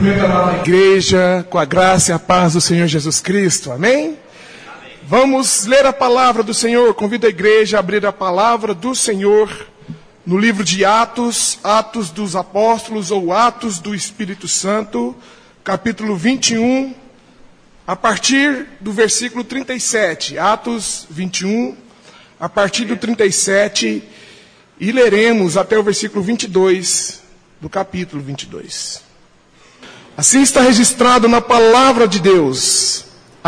Igreja, com a graça e a paz do Senhor Jesus Cristo, amém? Vamos ler a palavra do Senhor. Convido a igreja a abrir a palavra do Senhor no livro de Atos, Atos dos Apóstolos ou Atos do Espírito Santo, capítulo 21, a partir do versículo 37. Atos 21, a partir do 37, e leremos até o versículo 22 do capítulo 22. Assim está registrado na palavra de Deus,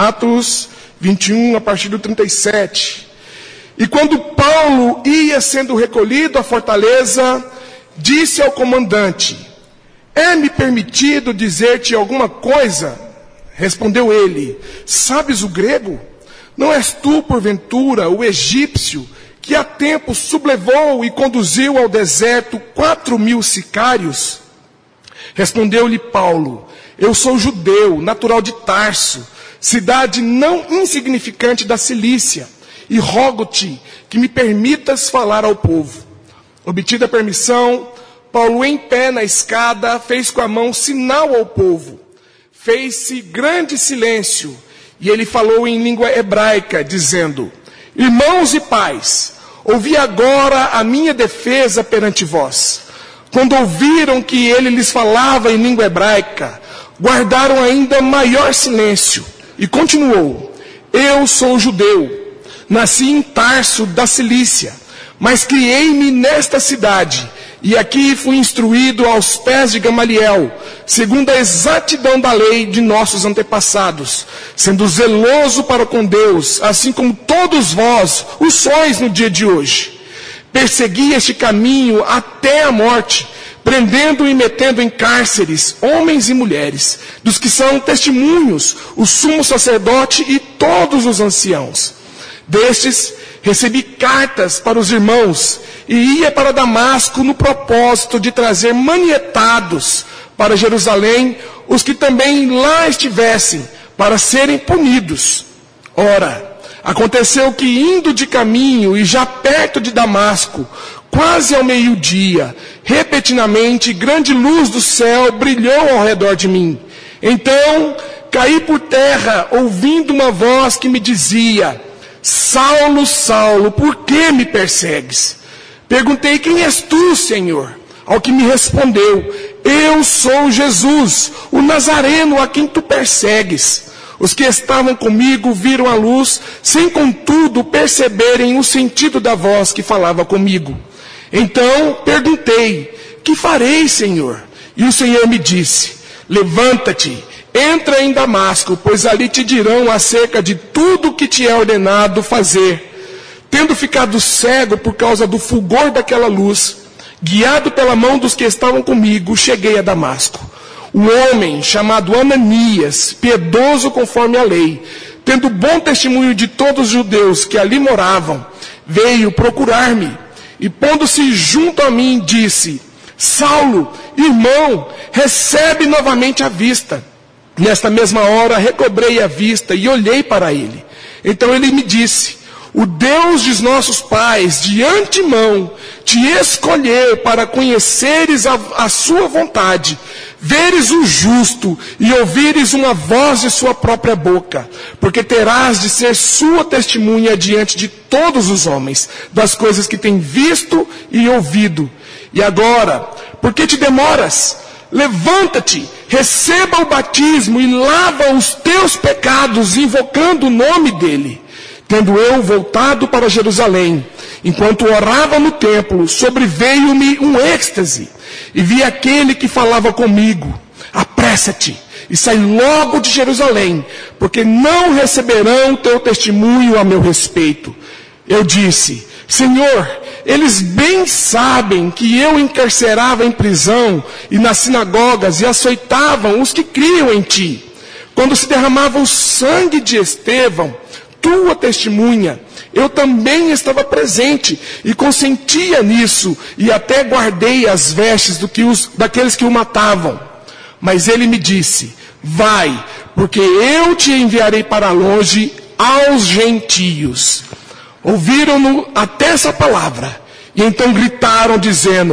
Atos 21, a partir do 37. E quando Paulo ia sendo recolhido à fortaleza, disse ao comandante: é-me permitido dizer-te alguma coisa? Respondeu ele: sabes o grego? Não és tu, porventura, o egípcio, que há tempo sublevou e conduziu ao deserto 4.000 sicários? Respondeu-lhe Paulo: eu sou judeu, natural de Tarso, cidade não insignificante da Cilícia, e rogo-te que me permitas falar ao povo. Obtida a permissão, Paulo, em pé na escada, fez com a mão sinal ao povo. Fez-se grande silêncio, e ele falou em língua hebraica, dizendo: irmãos e pais, ouvi agora a minha defesa perante vós. Quando ouviram que ele lhes falava em língua hebraica, guardaram ainda maior silêncio. E continuou: eu sou judeu, nasci em Tarso da Cilícia, mas criei-me nesta cidade, e aqui fui instruído aos pés de Gamaliel, segundo a exatidão da lei de nossos antepassados, sendo zeloso para com Deus, assim como todos vós o sois no dia de hoje. Persegui este caminho até a morte, prendendo e metendo em cárceres homens e mulheres, dos que são testemunhos, o sumo sacerdote e todos os anciãos. Destes recebi cartas para os irmãos, e ia para Damasco no propósito de trazer manietados para Jerusalém os que também lá estivessem, para serem punidos. Ora, aconteceu que, indo de caminho e já perto de Damasco, quase ao meio-dia, repentinamente, grande luz do céu brilhou ao redor de mim. Então, caí por terra, ouvindo uma voz que me dizia: Saulo, Saulo, por que me persegues? Perguntei: quem és tu, Senhor? Ao que me respondeu: eu sou Jesus, o Nazareno a quem tu persegues. Os que estavam comigo viram a luz, sem contudo perceberem o sentido da voz que falava comigo. Então perguntei: que farei, Senhor? E o Senhor me disse: levanta-te, entra em Damasco, pois ali te dirão acerca de tudo o que te é ordenado fazer. Tendo ficado cego por causa do fulgor daquela luz, guiado pela mão dos que estavam comigo, cheguei a Damasco. Um homem chamado Ananias, piedoso conforme a lei, tendo bom testemunho de todos os judeus que ali moravam, veio procurar-me, e pondo-se junto a mim, disse: Saulo, irmão, recebe novamente a vista. Nesta mesma hora recobrei a vista e olhei para ele. Então ele me disse: o Deus de nossos pais, de antemão, te escolheu para conheceres a sua vontade, veres o justo e ouvires uma voz de sua própria boca, porque terás de ser sua testemunha diante de todos os homens, das coisas que tem visto e ouvido. E agora, por que te demoras? Levanta-te, receba o batismo e lava os teus pecados, invocando o nome dele. Tendo eu voltado para Jerusalém, enquanto orava no templo, sobreveio-me um êxtase, e vi aquele que falava comigo: apressa-te e sai logo de Jerusalém, porque não receberão o teu testemunho a meu respeito. Eu disse: Senhor, eles bem sabem que eu encarcerava em prisão e nas sinagogas e açoitavam os que criam em ti. Quando se derramava o sangue de Estevão, tua testemunha, eu também estava presente e consentia nisso, e até guardei as vestes daqueles que o matavam. Mas ele me disse: vai, porque eu te enviarei para longe aos gentios. Ouviram-no até essa palavra, e então gritaram dizendo: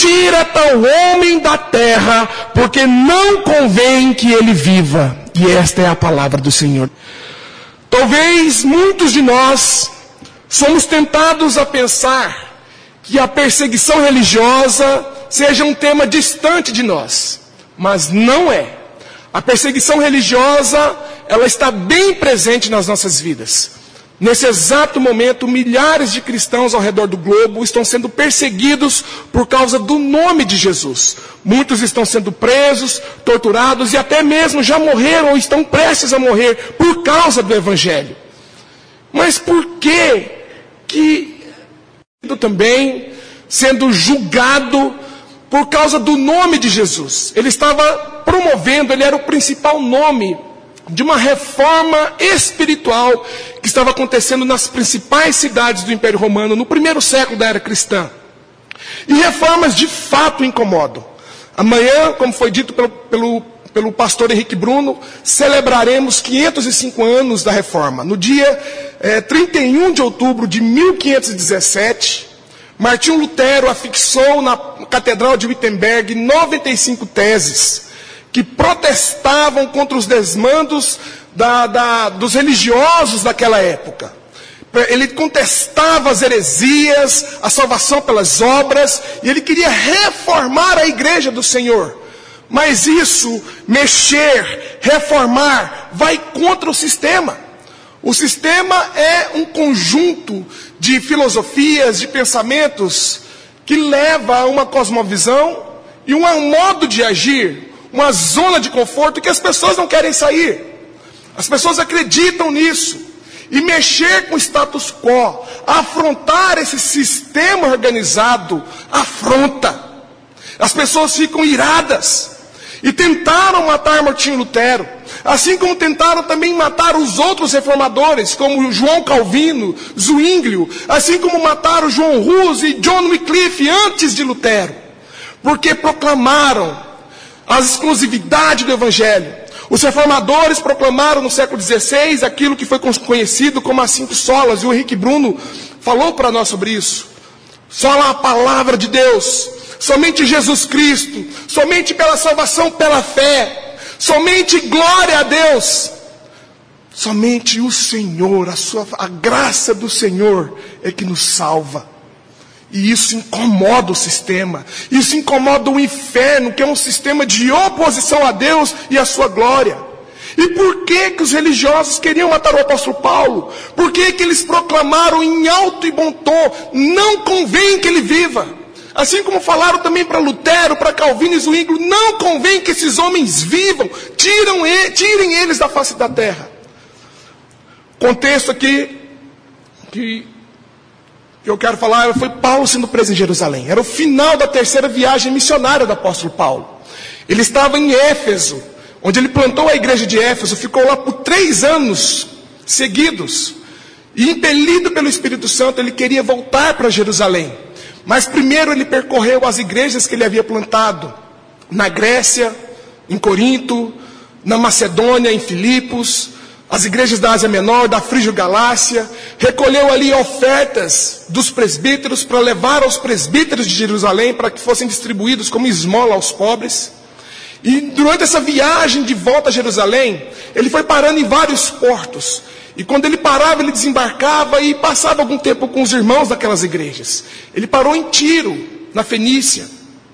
tira tal homem da terra, porque não convém que ele viva. E esta é a palavra do Senhor. Talvez muitos de nós somos tentados a pensar que a perseguição religiosa seja um tema distante de nós, mas não é. A perseguição religiosa, ela está bem presente nas nossas vidas. Nesse exato momento, milhares de cristãos ao redor do globo estão sendo perseguidos por causa do nome de Jesus. Muitos estão sendo presos, torturados e até mesmo já morreram ou estão prestes a morrer por causa do Evangelho. Mas por que também sendo julgado por causa do nome de Jesus? Ele estava promovendo, ele era o principal nome de uma reforma espiritual que estava acontecendo nas principais cidades do Império Romano, no primeiro século da era cristã. E reformas de fato incomodam. Amanhã, como foi dito pelo pastor Henrique Bruno, celebraremos 505 anos da reforma. No dia 31 de outubro de 1517, Martinho Lutero afixou na Catedral de Wittenberg 95 teses que protestavam contra os desmandos dos religiosos daquela época. Ele contestava as heresias, a salvação pelas obras, e ele queria reformar a igreja do Senhor. Mas isso, mexer, reformar, vai contra o sistema. O sistema é um conjunto de filosofias, de pensamentos, que leva a uma cosmovisão e um modo de agir, uma zona de conforto que as pessoas não querem sair. As pessoas acreditam nisso. E mexer com o status quo, afrontar esse sistema organizado, afronta. As pessoas ficam iradas. E tentaram matar Martinho Lutero. Assim como tentaram também matar os outros reformadores, como João Calvino, Zwinglio. Assim como mataram João Hus e John Wycliffe antes de Lutero. Porque proclamaram a exclusividade do Evangelho. Os reformadores proclamaram no século XVI aquilo que foi conhecido como as 5 solas, e o Henrique Bruno falou para nós sobre isso. Sola a palavra de Deus, somente Jesus Cristo, somente pela salvação pela fé, somente glória a Deus, somente o Senhor, a graça do Senhor é que nos salva. E isso incomoda o sistema. Isso incomoda o inferno, que é um sistema de oposição a Deus e a sua glória. E por que os religiosos queriam matar o apóstolo Paulo? Por que eles proclamaram em alto e bom tom, não convém que ele viva? Assim como falaram também para Lutero, para Calvino e Zwinglio, não convém que esses homens vivam, tirem eles da face da terra. Contexto aqui que eu quero falar foi Paulo sendo preso em Jerusalém. Era o final da 3ª viagem missionária do apóstolo Paulo. Ele estava em Éfeso, onde ele plantou a igreja de Éfeso, ficou lá por 3 anos seguidos. E impelido pelo Espírito Santo, ele queria voltar para Jerusalém. Mas primeiro ele percorreu as igrejas que ele havia plantado. Na Grécia, em Corinto, na Macedônia, em Filipos, as igrejas da Ásia Menor, da Frígio-Galácia, recolheu ali ofertas dos presbíteros para levar aos presbíteros de Jerusalém, para que fossem distribuídos como esmola aos pobres. E durante essa viagem de volta a Jerusalém, ele foi parando em vários portos. E quando ele parava, ele desembarcava e passava algum tempo com os irmãos daquelas igrejas. Ele parou em Tiro, na Fenícia.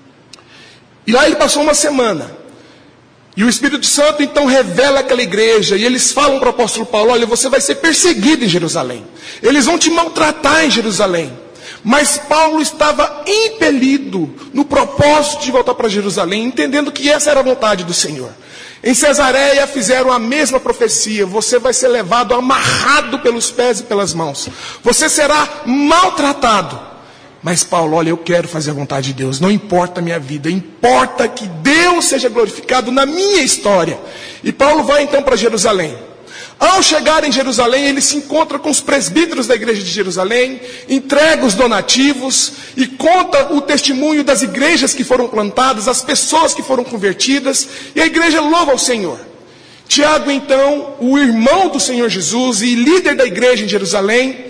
E lá ele passou uma semana. E o Espírito Santo então revela aquela igreja, e eles falam para o apóstolo Paulo: olha, você vai ser perseguido em Jerusalém, eles vão te maltratar em Jerusalém. Mas Paulo estava impelido no propósito de voltar para Jerusalém, entendendo que essa era a vontade do Senhor. Em Cesareia fizeram a mesma profecia: você vai ser levado amarrado pelos pés e pelas mãos, você será maltratado. Mas Paulo, olha, eu quero fazer a vontade de Deus, não importa a minha vida, importa que Deus seja glorificado na minha história. E Paulo vai então para Jerusalém. Ao chegar em Jerusalém, ele se encontra com os presbíteros da igreja de Jerusalém, entrega os donativos e conta o testemunho das igrejas que foram plantadas, as pessoas que foram convertidas, e a igreja louva ao Senhor. Tiago, então, o irmão do Senhor Jesus e líder da igreja em Jerusalém,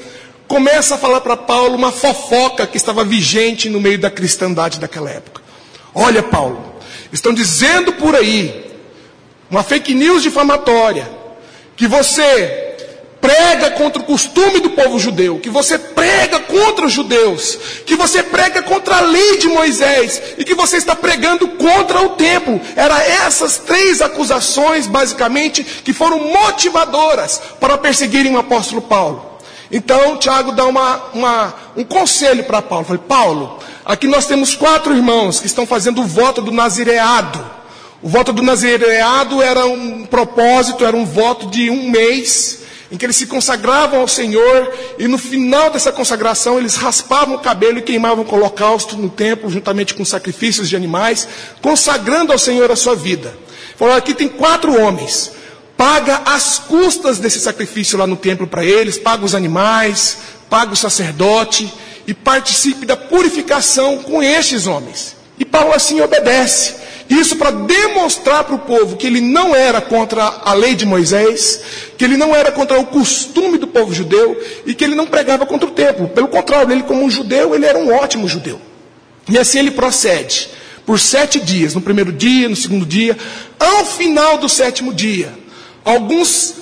começa a falar para Paulo uma fofoca que estava vigente no meio da cristandade daquela época. Olha, Paulo, estão dizendo por aí, uma fake news difamatória, que você prega contra o costume do povo judeu, que você prega contra os judeus, que você prega contra a lei de Moisés, e que você está pregando contra o templo. Eram essas 3 acusações, basicamente, que foram motivadoras para perseguirem o apóstolo Paulo. Então, Tiago dá um conselho para Paulo. Fala, Paulo, aqui nós temos 4 irmãos que estão fazendo o voto do nazireado. O voto do nazireado era um propósito, era um voto de 1 mês, em que eles se consagravam ao Senhor, e no final dessa consagração eles raspavam o cabelo e queimavam com holocausto no templo, juntamente com sacrifícios de animais, consagrando ao Senhor a sua vida. Falou, aqui tem 4 homens, paga as custas desse sacrifício lá no templo para eles, paga os animais, paga o sacerdote, e participe da purificação com estes homens. E Paulo assim obedece. Isso para demonstrar para o povo que ele não era contra a lei de Moisés, que ele não era contra o costume do povo judeu, e que ele não pregava contra o templo. Pelo contrário, ele como um judeu, ele era um ótimo judeu. E assim ele procede, por 7 dias, no primeiro dia, no segundo dia. Ao final do 7º dia, alguns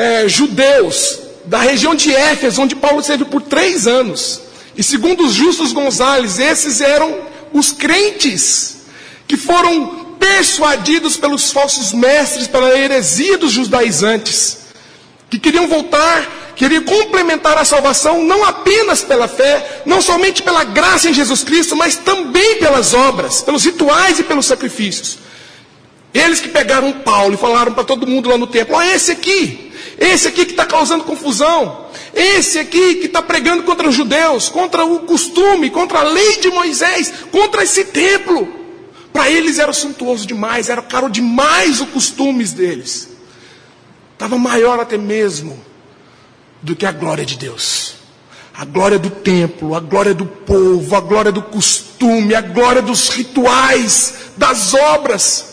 judeus da região de Éfeso, onde Paulo esteve por 3 anos, e segundo os Justus Gonzales, esses eram os crentes que foram persuadidos pelos falsos mestres, pela heresia dos judaizantes, que queriam voltar, queriam complementar a salvação, não apenas pela fé, não somente pela graça em Jesus Cristo, mas também pelas obras, pelos rituais e pelos sacrifícios. Eles que pegaram Paulo e falaram para todo mundo lá no templo, ó, esse aqui que está causando confusão, esse aqui que está pregando contra os judeus, contra o costume, contra a lei de Moisés, contra esse templo. Para eles era suntuoso demais, era caro demais os costumes deles. Estava maior até mesmo do que a glória de Deus. A glória do templo, a glória do povo, a glória do costume, a glória dos rituais, das obras.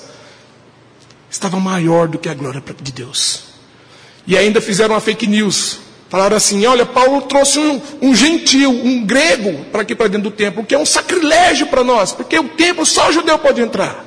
Estava maior do que a glória de Deus. E ainda fizeram uma fake news. Falaram assim, olha, Paulo trouxe um gentil, um grego, para aqui para dentro do templo, que é um sacrilégio para nós, porque o templo só o judeu pode entrar.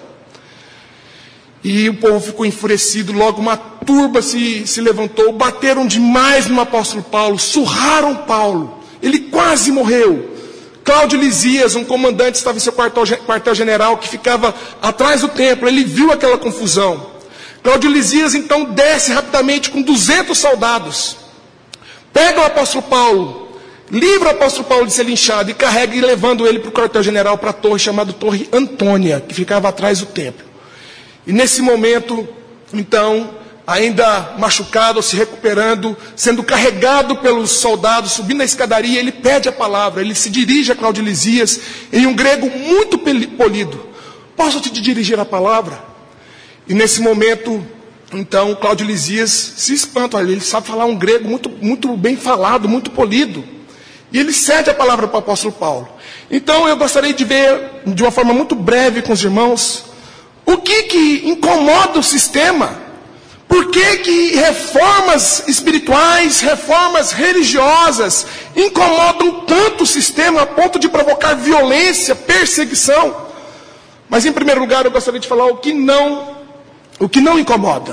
E o povo ficou enfurecido, logo uma turba se levantou, bateram demais no apóstolo Paulo, surraram Paulo, ele quase morreu. Cláudio Lisias, um comandante, estava em seu quartel-general, que ficava atrás do templo, ele viu aquela confusão. Cláudio Lisias então desce rapidamente com 200 soldados, pega o apóstolo Paulo, livra o apóstolo Paulo de ser linchado e carrega e levando ele para o quartel-general, para a torre chamada Torre Antônia, que ficava atrás do templo. E nesse momento, então, ainda machucado, se recuperando, sendo carregado pelos soldados, subindo a escadaria, ele pede a palavra, ele se dirige a Cláudio Lisias em um grego muito polido. Posso te dirigir a palavra? E nesse momento, então, Cláudio Lisias se espanta, olha, ele sabe falar um grego muito bem falado, muito polido. E ele cede a palavra para o apóstolo Paulo. Então, eu gostaria de ver, de uma forma muito breve com os irmãos, o que incomoda o sistema. Por que reformas espirituais, reformas religiosas, incomodam tanto o sistema a ponto de provocar violência, perseguição? Mas, em primeiro lugar, eu gostaria de falar o que não incomoda.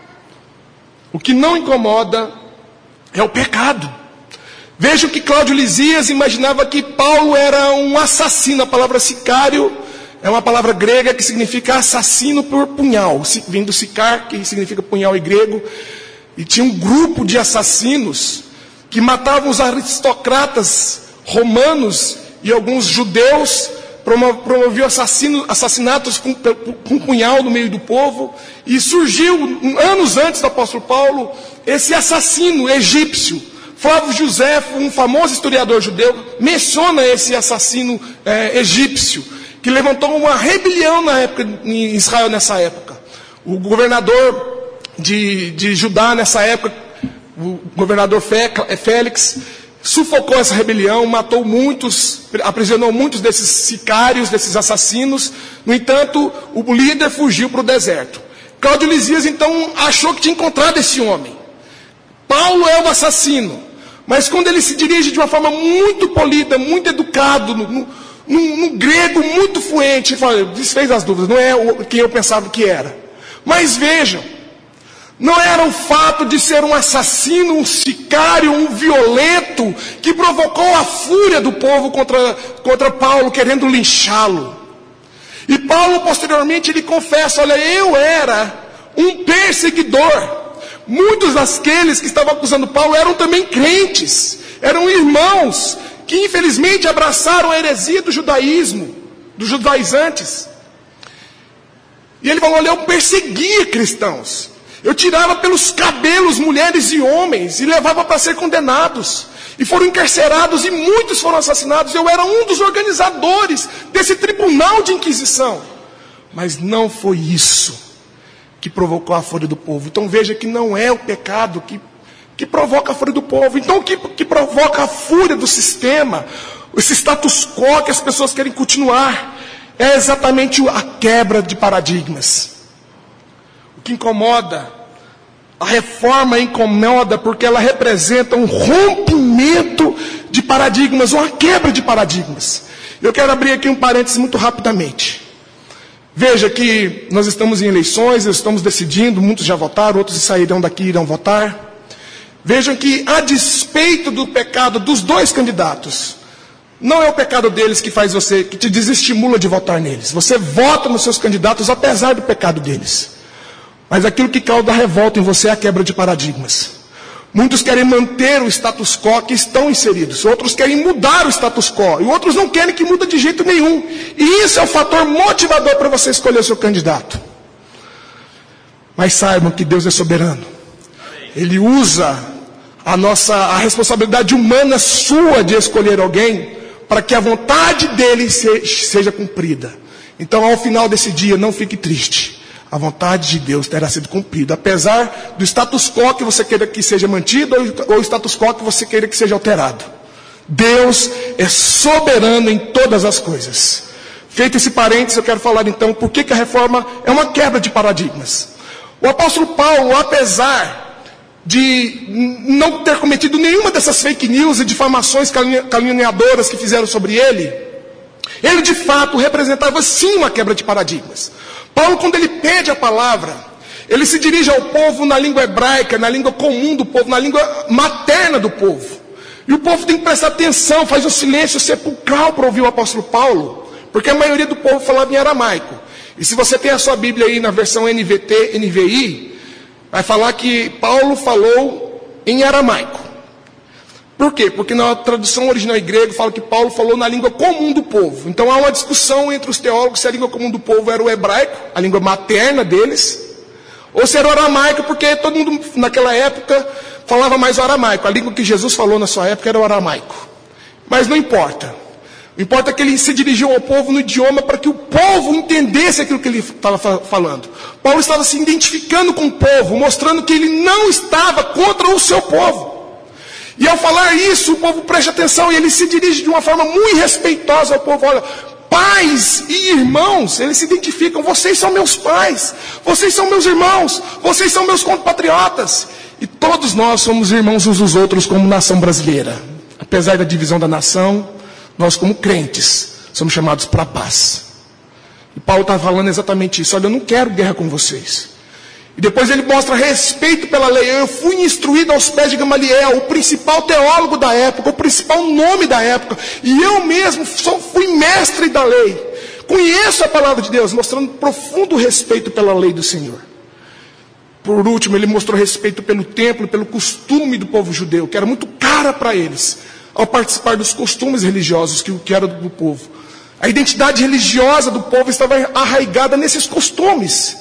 O que não incomoda é o pecado. Vejam que Cláudio Lisias imaginava que Paulo era um assassino. A palavra sicário é uma palavra grega que significa assassino por punhal. Vem do sicar, que significa punhal em grego. E tinha um grupo de assassinos que matavam os aristocratas romanos e alguns judeus, promoveu assassinatos com punhal no meio do povo, e surgiu, anos antes do apóstolo Paulo, esse assassino egípcio. Flávio Josefo, um famoso historiador judeu, menciona esse assassino egípcio, que levantou uma rebelião na época, em Israel nessa época. O governador de Judá nessa época, o governador Félix, sufocou essa rebelião, matou muitos, aprisionou muitos desses sicários, desses assassinos. No entanto, o líder fugiu para o deserto. Cláudio Lisias, então, achou que tinha encontrado esse homem. Paulo é o assassino. Mas quando ele se dirige de uma forma muito polida, muito educado, num grego muito fluente, ele fala, desfez as dúvidas, não é quem eu pensava que era. Mas vejam, não era o fato de ser um assassino, um sicário, um violento, que provocou a fúria do povo contra Paulo, querendo linchá-lo. E Paulo, posteriormente, ele confessa, olha, eu era um perseguidor. Muitos daqueles que estavam acusando Paulo eram também crentes, eram irmãos, que infelizmente abraçaram a heresia do judaísmo, dos judaizantes. E ele falou, olha, eu perseguia cristãos. Eu tirava pelos cabelos mulheres e homens e levava para ser condenados. E foram encarcerados e muitos foram assassinados. Eu era um dos organizadores desse tribunal de inquisição. Mas não foi isso que provocou a fúria do povo. Então veja que não é o pecado que provoca a fúria do povo. Então o que provoca a fúria do sistema, esse status quo que as pessoas querem continuar, é exatamente a quebra de paradigmas. O que incomoda, a reforma incomoda porque ela representa um rompimento de paradigmas, uma quebra de paradigmas. Eu quero abrir aqui um parênteses muito rapidamente. Veja que nós estamos em eleições, estamos decidindo, muitos já votaram, outros sairão daqui e irão votar. Vejam que, a despeito do pecado dos dois candidatos, não é o pecado deles que faz você, que te desestimula de votar neles. Você vota nos seus candidatos apesar do pecado deles. Mas aquilo que causa revolta em você é a quebra de paradigmas. Muitos querem manter o status quo que estão inseridos. Outros querem mudar o status quo. E outros não querem que mude de jeito nenhum. E isso é o fator motivador para você escolher o seu candidato. Mas saibam que Deus é soberano. Ele usa a responsabilidade humana sua de escolher alguém para que a vontade dele seja cumprida. Então, ao final desse dia, não fique triste. A vontade de Deus terá sido cumprida, apesar do status quo que você queira que seja mantido ou o status quo que você queira que seja alterado. Deus é soberano em todas as coisas. Feito esse parênteses, eu quero falar então por que a reforma é uma quebra de paradigmas. O apóstolo Paulo, apesar de não ter cometido nenhuma dessas fake news e difamações caluniadoras que fizeram sobre ele de fato representava sim uma quebra de paradigmas. Paulo, quando ele pede a palavra, ele se dirige ao povo na língua hebraica, na língua comum do povo, na língua materna do povo. E o povo tem que prestar atenção, faz um silêncio sepulcral para ouvir o apóstolo Paulo, porque a maioria do povo falava em aramaico. E se você tem a sua Bíblia aí na versão NVT, NVI, vai falar que Paulo falou em aramaico. Por quê? Porque na tradução original em grego fala que Paulo falou na língua comum do povo. Então há uma discussão entre os teólogos se a língua comum do povo era o hebraico, a língua materna deles, ou se era o aramaico, porque todo mundo naquela época falava mais o aramaico. A língua que Jesus falou na sua época era o aramaico. Mas não importa. O que importa é que ele se dirigiu ao povo no idioma para que o povo entendesse aquilo que ele estava falando. Paulo estava se identificando com o povo, mostrando que ele não estava contra o seu povo. E ao falar isso, o povo presta atenção e ele se dirige de uma forma muito respeitosa ao povo. Olha, pais e irmãos, eles se identificam. Vocês são meus pais, vocês são meus irmãos, vocês são meus compatriotas. E todos nós somos irmãos uns dos outros como nação brasileira. Apesar da divisão da nação, nós como crentes somos chamados para a paz. E Paulo está falando exatamente isso. Olha, eu não quero guerra com vocês. E depois ele mostra respeito pela lei. Eu fui instruído aos pés de Gamaliel, o principal teólogo da época, o principal nome da época. E eu mesmo fui mestre da lei. Conheço a palavra de Deus, mostrando profundo respeito pela lei do Senhor. Por último, ele mostrou respeito pelo templo, pelo costume do povo judeu, que era muito cara para eles, ao participar dos costumes religiosos que era do povo. A identidade religiosa do povo estava arraigada nesses costumes.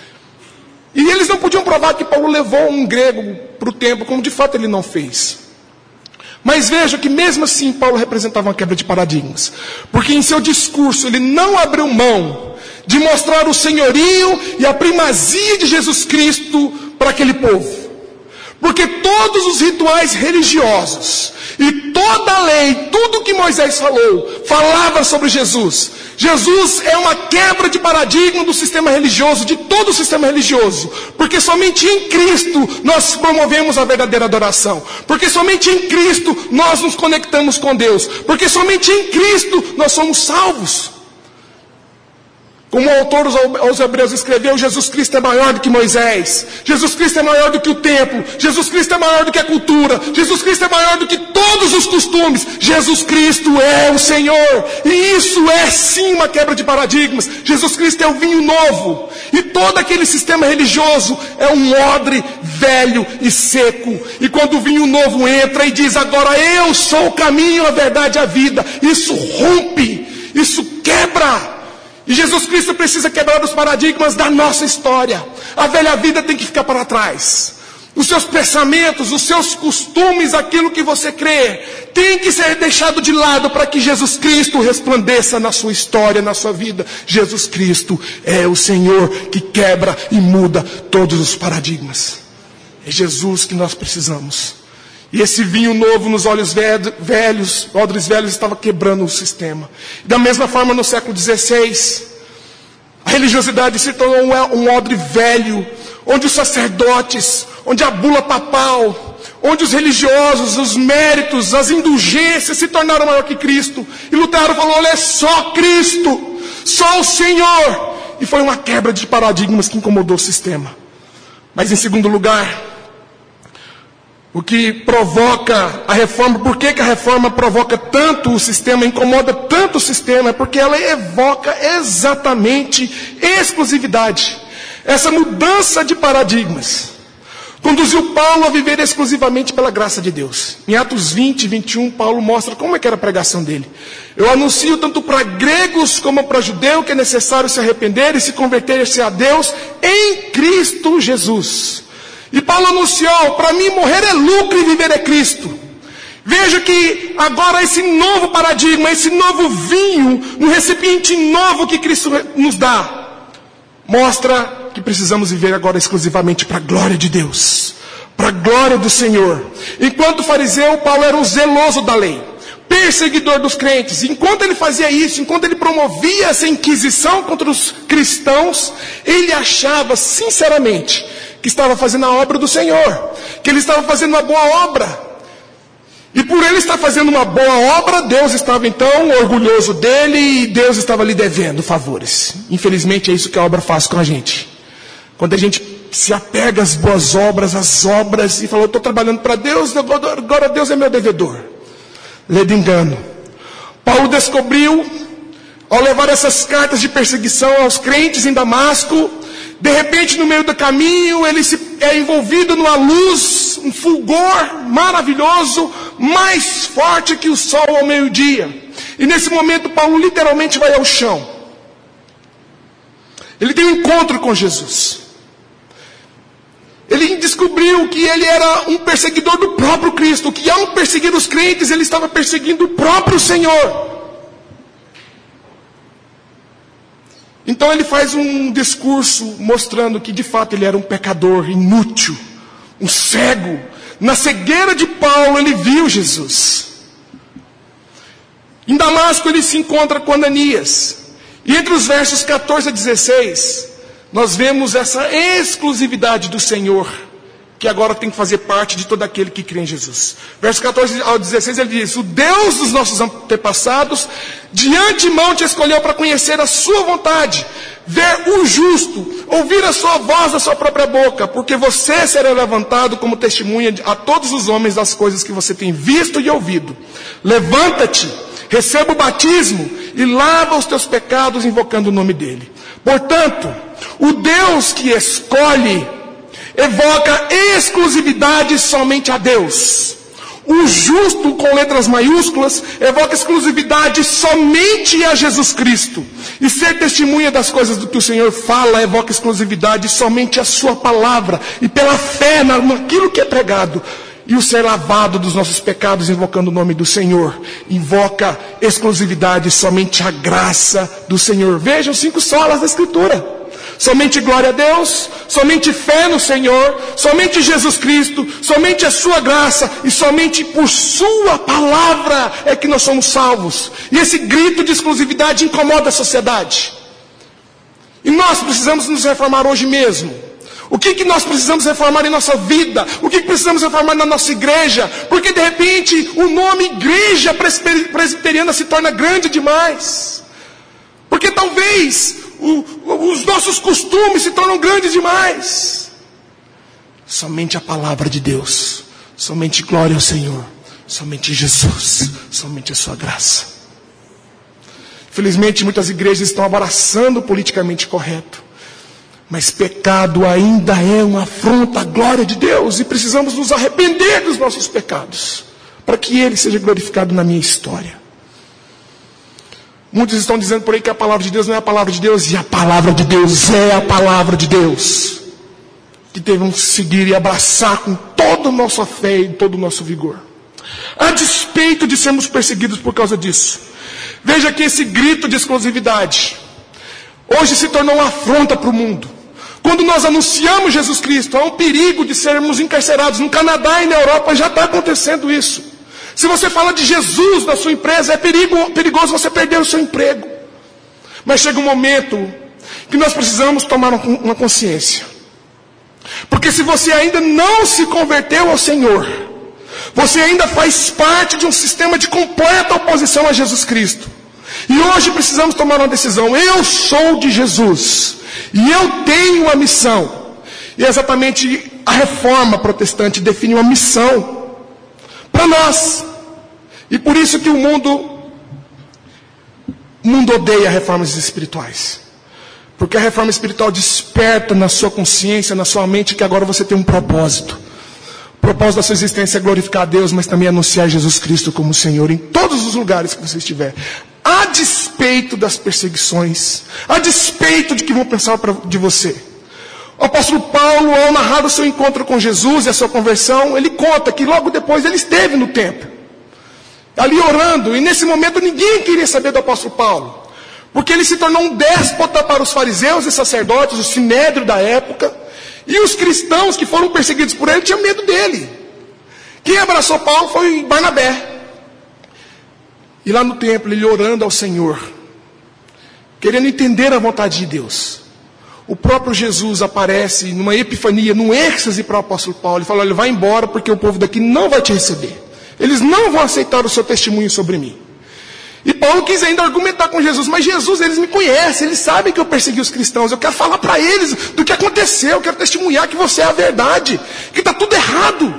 E eles não podiam provar que Paulo levou um grego para o templo, como de fato ele não fez. Mas veja que mesmo assim Paulo representava uma quebra de paradigmas. Porque em seu discurso ele não abriu mão de mostrar o senhorio e a primazia de Jesus Cristo para aquele povo. Porque todos os rituais religiosos e toda a lei, tudo que Moisés falou, falava sobre Jesus. Jesus é uma quebra de paradigma do sistema religioso, de todo o sistema religioso. Porque somente em Cristo nós promovemos a verdadeira adoração. Porque somente em Cristo nós nos conectamos com Deus. Porque somente em Cristo nós somos salvos. Como o autor aos Hebreus escreveu, Jesus Cristo é maior do que Moisés. Jesus Cristo é maior do que o templo. Jesus Cristo é maior do que a cultura. Jesus Cristo é maior do que todos os costumes. Jesus Cristo é o Senhor. E isso é sim uma quebra de paradigmas. Jesus Cristo é o vinho novo. E todo aquele sistema religioso é um odre velho e seco. E quando o vinho novo entra e diz, agora eu sou o caminho, a verdade e a vida, isso rompe, isso quebra. E Jesus Cristo precisa quebrar os paradigmas da nossa história. A velha vida tem que ficar para trás. Os seus pensamentos, os seus costumes, aquilo que você crê, tem que ser deixado de lado para que Jesus Cristo resplandeça na sua história, na sua vida. Jesus Cristo é o Senhor que quebra e muda todos os paradigmas. É Jesus que nós precisamos. E esse vinho novo nos odres velhos estava quebrando o sistema. Da mesma forma no século XVI, a religiosidade se tornou um odre velho, onde os sacerdotes, onde a bula papal, onde os religiosos, os méritos, as indulgências se tornaram maior que Cristo. E Lutero falou, olha, é só Cristo, só o Senhor. E foi uma quebra de paradigmas que incomodou o sistema. Mas em segundo lugar, o que provoca a reforma, por que a reforma provoca tanto o sistema, incomoda tanto o sistema? É porque ela evoca exatamente exclusividade. Essa mudança de paradigmas conduziu Paulo a viver exclusivamente pela graça de Deus. Em Atos 20, 21, Paulo mostra como é que era a pregação dele. Eu anuncio tanto para gregos como para judeus que é necessário se arrepender e se converter-se a Deus em Cristo Jesus. E Paulo anunciou, para mim morrer é lucro e viver é Cristo. Veja que agora esse novo paradigma, esse novo vinho, um recipiente novo que Cristo nos dá, mostra que precisamos viver agora exclusivamente para a glória de Deus, para a glória do Senhor. Enquanto fariseu, Paulo era um zeloso da lei, perseguidor dos crentes. Enquanto ele fazia isso, enquanto ele promovia essa inquisição contra os cristãos, ele achava sinceramente que estava fazendo a obra do Senhor, que ele estava fazendo uma boa obra. E por ele estar fazendo uma boa obra, Deus estava então orgulhoso dele e Deus estava lhe devendo favores. Infelizmente é isso que a obra faz com a gente. Quando a gente se apega às boas obras, às obras, e fala, eu estou trabalhando para Deus, agora Deus é meu devedor. Lê de engano. Paulo descobriu, ao levar essas cartas de perseguição aos crentes em Damasco, de repente, no meio do caminho, ele é envolvido numa luz, um fulgor maravilhoso, mais forte que o sol ao meio-dia. E nesse momento, Paulo literalmente vai ao chão. Ele tem um encontro com Jesus. Ele descobriu que ele era um perseguidor do próprio Cristo, que ao perseguir os crentes, ele estava perseguindo o próprio Senhor. Então ele faz um discurso mostrando que de fato ele era um pecador inútil, um cego. Na cegueira de Paulo ele viu Jesus. Em Damasco ele se encontra com Ananias. E entre os versos 14 a 16, nós vemos essa exclusividade do Senhor, que agora tem que fazer parte de todo aquele que crê em Jesus. Versos 14 ao 16 ele diz, o Deus dos nossos antepassados de antemão te escolheu para conhecer a sua vontade, ver o justo, ouvir a sua voz da sua própria boca, porque você será levantado como testemunha a todos os homens das coisas que você tem visto e ouvido. Levanta-te, receba o batismo e lava os teus pecados invocando o nome dele. Portanto, o Deus que escolhe evoca exclusividade somente a Deus. O justo, com letras maiúsculas, evoca exclusividade somente a Jesus Cristo. E ser testemunha das coisas do que o Senhor fala, evoca exclusividade somente a sua palavra. E pela fé naquilo que é pregado. E o ser lavado dos nossos pecados, invocando o nome do Senhor, invoca exclusividade somente a graça do Senhor. Vejam 5 solas da Escritura. Somente glória a Deus, somente fé no Senhor, somente Jesus Cristo, somente a sua graça e somente por sua palavra é que nós somos salvos. E esse grito de exclusividade incomoda a sociedade. E nós precisamos nos reformar hoje mesmo. O que nós precisamos reformar em nossa vida? O que precisamos reformar na nossa igreja? Porque de repente o nome igreja presbiteriana se torna grande demais. Porque talvez os nossos costumes se tornam grandes demais. Somente a palavra de Deus, somente glória ao Senhor, somente Jesus, somente a sua graça. Infelizmente muitas igrejas estão abraçando o politicamente correto, mas pecado ainda é uma afronta à glória de Deus, e precisamos nos arrepender dos nossos pecados, para que Ele seja glorificado na minha história. Muitos estão dizendo por aí que a palavra de Deus não é a palavra de Deus, e a palavra de Deus é a palavra de Deus, que devemos seguir e abraçar com toda a nossa fé e todo o nosso vigor, a despeito de sermos perseguidos por causa disso. Veja que esse grito de exclusividade hoje se tornou uma afronta para o mundo. Quando nós anunciamos Jesus Cristo, há um perigo de sermos encarcerados. No Canadá e na Europa já está acontecendo isso. Se você fala de Jesus na sua empresa, é perigoso você perder o seu emprego. Mas chega um momento que nós precisamos tomar uma consciência. Porque se você ainda não se converteu ao Senhor, você ainda faz parte de um sistema de completa oposição a Jesus Cristo. E hoje precisamos tomar uma decisão. Eu sou de Jesus, e eu tenho uma missão. E é exatamente a reforma protestante define uma missão para nós. E por isso que o mundo odeia reformas espirituais. Porque a reforma espiritual desperta na sua consciência, na sua mente, que agora você tem um propósito. O propósito da sua existência é glorificar a Deus, mas também anunciar Jesus Cristo como Senhor em todos os lugares que você estiver. A despeito das perseguições, a despeito de que vão pensar de você. O apóstolo Paulo, ao narrar o seu encontro com Jesus e a sua conversão, ele conta que logo depois ele esteve no templo, ali orando, e nesse momento ninguém queria saber do apóstolo Paulo, porque ele se tornou um déspota para os fariseus e sacerdotes, o sinédrio da época, e os cristãos que foram perseguidos por ele tinham medo dele. Quem abraçou Paulo foi Barnabé. E lá no templo, ele orando ao Senhor, querendo entender a vontade de Deus. O próprio Jesus aparece numa epifania, num êxtase para o apóstolo Paulo. Ele fala: olha, vai embora, porque o povo daqui não vai te receber. Eles não vão aceitar o seu testemunho sobre mim. E Paulo quis ainda argumentar com Jesus: mas Jesus, eles me conhecem, eles sabem que eu persegui os cristãos. Eu quero falar para eles do que aconteceu, eu quero testemunhar que você é a verdade, que está tudo errado.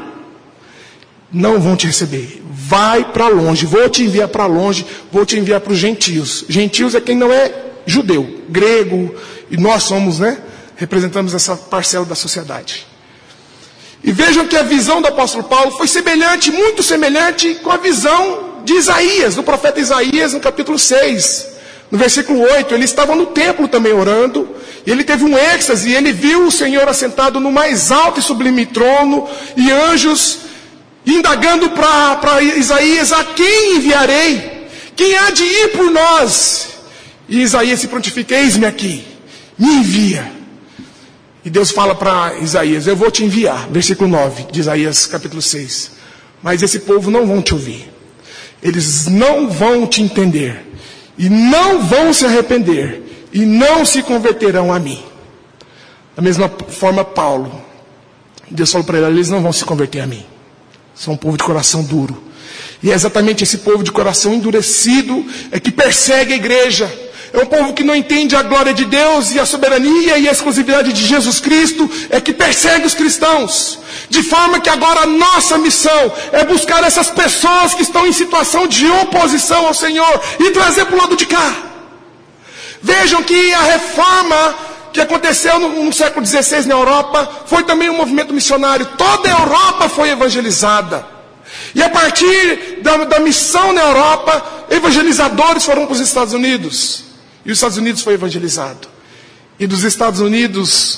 Não vão te receber. Vai para longe, vou te enviar para longe, vou te enviar para os gentios. Gentios é quem não é judeu, grego, e nós somos, representamos essa parcela da sociedade. E vejam que a visão do apóstolo Paulo foi semelhante, muito semelhante com a visão de Isaías, do profeta Isaías, no capítulo 6, no versículo 8. Ele estava no templo também orando, e ele teve um êxtase, e ele viu o Senhor assentado no mais alto e sublime trono, e anjos indagando para Isaías: a quem enviarei? Quem há de ir por nós? E Isaías se prontifica: eis-me aqui, me envia. E Deus fala para Isaías: eu vou te enviar. Versículo 9 de Isaías capítulo 6. Mas esse povo não vão te ouvir. Eles não vão te entender. E não vão se arrepender. E não se converterão a mim. Da mesma forma, Paulo, Deus falou para ele: eles não vão se converter a mim. São um povo de coração duro. E é exatamente esse povo de coração endurecido é que persegue a igreja. É um povo que não entende a glória de Deus e a soberania e a exclusividade de Jesus Cristo, é que persegue os cristãos. De forma que agora a nossa missão é buscar essas pessoas que estão em situação de oposição ao Senhor e trazer para o lado de cá. Vejam que a reforma que aconteceu no século XVI na Europa foi também um movimento missionário. Toda a Europa foi evangelizada. E a partir da missão na Europa, evangelizadores foram para os Estados Unidos. E os Estados Unidos foi evangelizado. E dos Estados Unidos,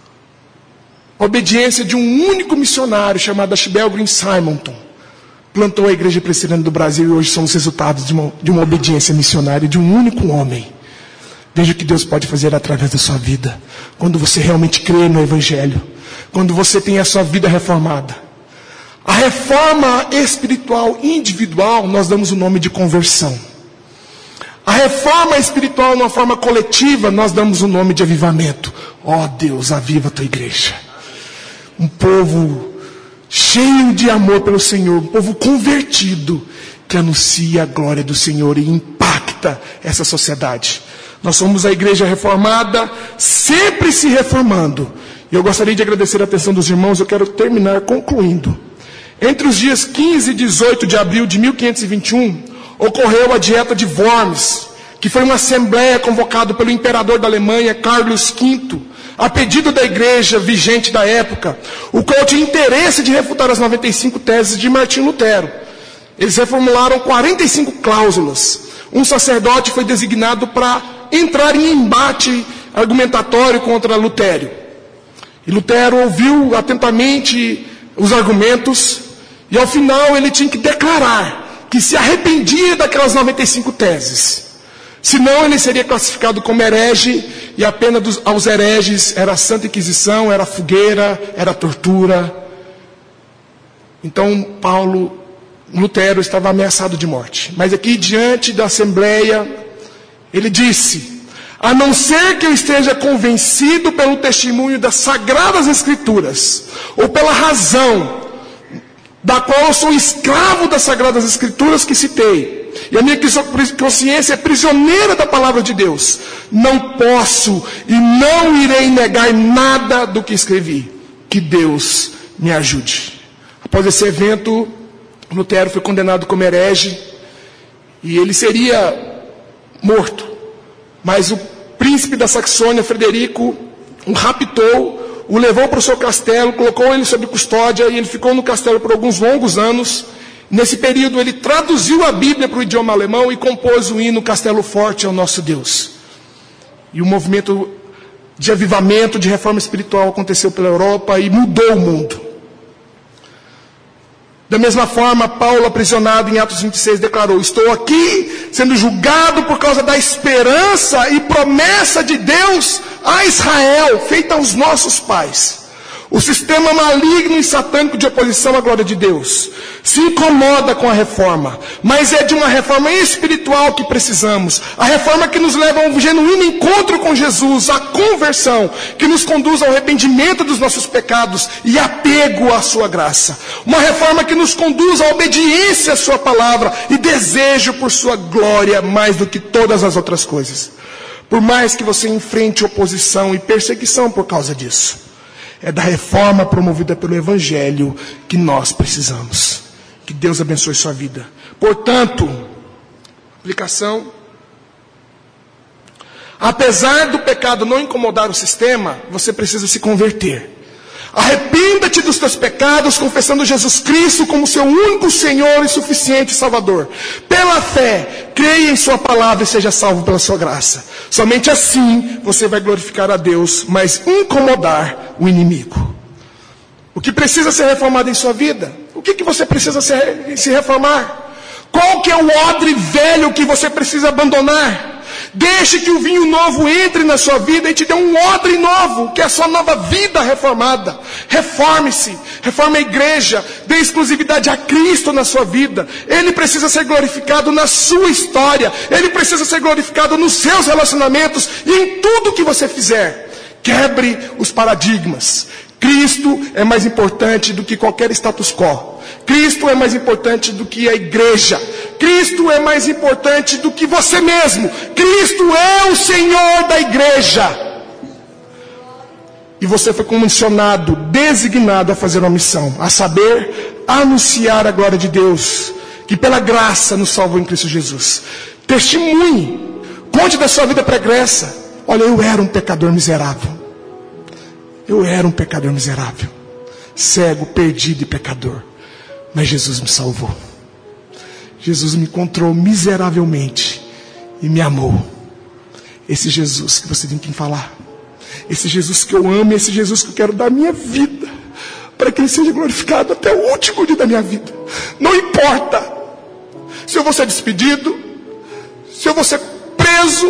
a obediência de um único missionário chamado Ashbel Green Simonton plantou a Igreja Presbiteriana do Brasil, e hoje são os resultados de uma obediência missionária de um único homem. Veja o que Deus pode fazer através da sua vida. Quando você realmente crê no Evangelho. Quando você tem a sua vida reformada. A reforma espiritual individual, nós damos o nome de conversão. A reforma espiritual, numa forma coletiva, nós damos o nome de avivamento. Ó Deus, aviva a tua igreja. Um povo cheio de amor pelo Senhor. Um povo convertido, que anuncia a glória do Senhor e impacta essa sociedade. Nós somos a igreja reformada, sempre se reformando. E eu gostaria de agradecer a atenção dos irmãos. Eu quero terminar concluindo. Entre os dias 15 e 18 de abril de 1521, ocorreu a Dieta de Worms, que foi uma assembleia convocada pelo imperador da Alemanha, Carlos V, a pedido da igreja vigente da época, o qual tinha interesse de refutar as 95 teses de Martim Lutero. Eles reformularam 45 cláusulas. Um sacerdote foi designado para entrar em embate argumentatório contra Lutero. E Lutero ouviu atentamente os argumentos, e ao final ele tinha que declarar que se arrependia daquelas 95 teses. Senão ele seria classificado como herege, e a pena aos hereges era a Santa Inquisição, era fogueira, era tortura. Então Lutero estava ameaçado de morte. Mas aqui diante da assembleia, ele disse: a não ser que eu esteja convencido pelo testemunho das Sagradas Escrituras, ou pela razão da qual eu sou escravo das Sagradas Escrituras que citei, e a minha consciência é prisioneira da palavra de Deus, não posso e não irei negar nada do que escrevi. Que Deus me ajude. Após esse evento, Lutero foi condenado como herege, e ele seria morto. Mas o príncipe da Saxônia, Frederico, o raptou, o levou para o seu castelo, colocou ele sob custódia, e ele ficou no castelo por alguns longos anos. Nesse período ele traduziu a Bíblia para o idioma alemão e compôs o hino Castelo Forte ao Nosso Deus. E o movimento de avivamento, de reforma espiritual aconteceu pela Europa e mudou o mundo. Da mesma forma, Paulo, aprisionado em Atos 26, declarou: estou aqui sendo julgado por causa da esperança e promessa de Deus a Israel, feita aos nossos pais. O sistema maligno e satânico de oposição à glória de Deus se incomoda com a reforma, mas é de uma reforma espiritual que precisamos. A reforma que nos leva a um genuíno encontro com Jesus, a conversão, que nos conduz ao arrependimento dos nossos pecados e apego à sua graça. Uma reforma que nos conduz à obediência à sua palavra e desejo por sua glória mais do que todas as outras coisas. Por mais que você enfrente oposição e perseguição por causa disso, é da reforma promovida pelo Evangelho que nós precisamos. Que Deus abençoe sua vida. Portanto, aplicação: apesar do pecado não incomodar o sistema, você precisa se converter. Arrependa-te dos teus pecados, confessando Jesus Cristo como seu único Senhor e suficiente Salvador. Pela fé, creia em sua palavra e seja salvo pela sua graça. Somente assim você vai glorificar a Deus, mas incomodar o inimigo. O que precisa ser reformado em sua vida? O que você precisa se reformar? Qual que é o odre velho que você precisa abandonar? Deixe que o vinho novo entre na sua vida e te dê um odre novo, que é a sua nova vida reformada. Reforme-se, reforme a igreja, dê exclusividade a Cristo na sua vida. Ele precisa ser glorificado na sua história, ele precisa ser glorificado nos seus relacionamentos e em tudo que você fizer. Quebre os paradigmas. Cristo é mais importante do que qualquer status quo. Cristo é mais importante do que a igreja. Cristo é mais importante do que você mesmo. Cristo é o Senhor da igreja. E você foi comissionado, designado a fazer uma missão, a saber, anunciar a glória de Deus, que pela graça nos salvou em Cristo Jesus. Testemunhe, conte da sua vida pregressa. Olha, eu era um pecador miserável. Eu era um pecador miserável, cego, perdido e pecador. Mas Jesus me salvou. Jesus me encontrou miseravelmente e me amou. Esse Jesus que você tem que falar. Esse Jesus que eu amo, esse Jesus que eu quero dar a minha vida, para que Ele seja glorificado até o último dia da minha vida. Não importa se eu vou ser despedido, se eu vou ser preso,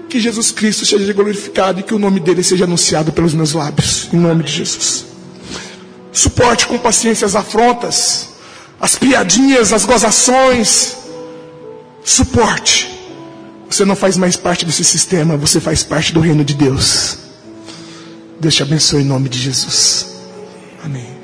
que Jesus Cristo seja glorificado e que o nome dele seja anunciado pelos meus lábios, em nome de Jesus. Suporte com paciência as afrontas, as piadinhas, as gozações. Suporte. Você não faz mais parte desse sistema, você faz parte do reino de Deus. Deus te abençoe em nome de Jesus. Amém.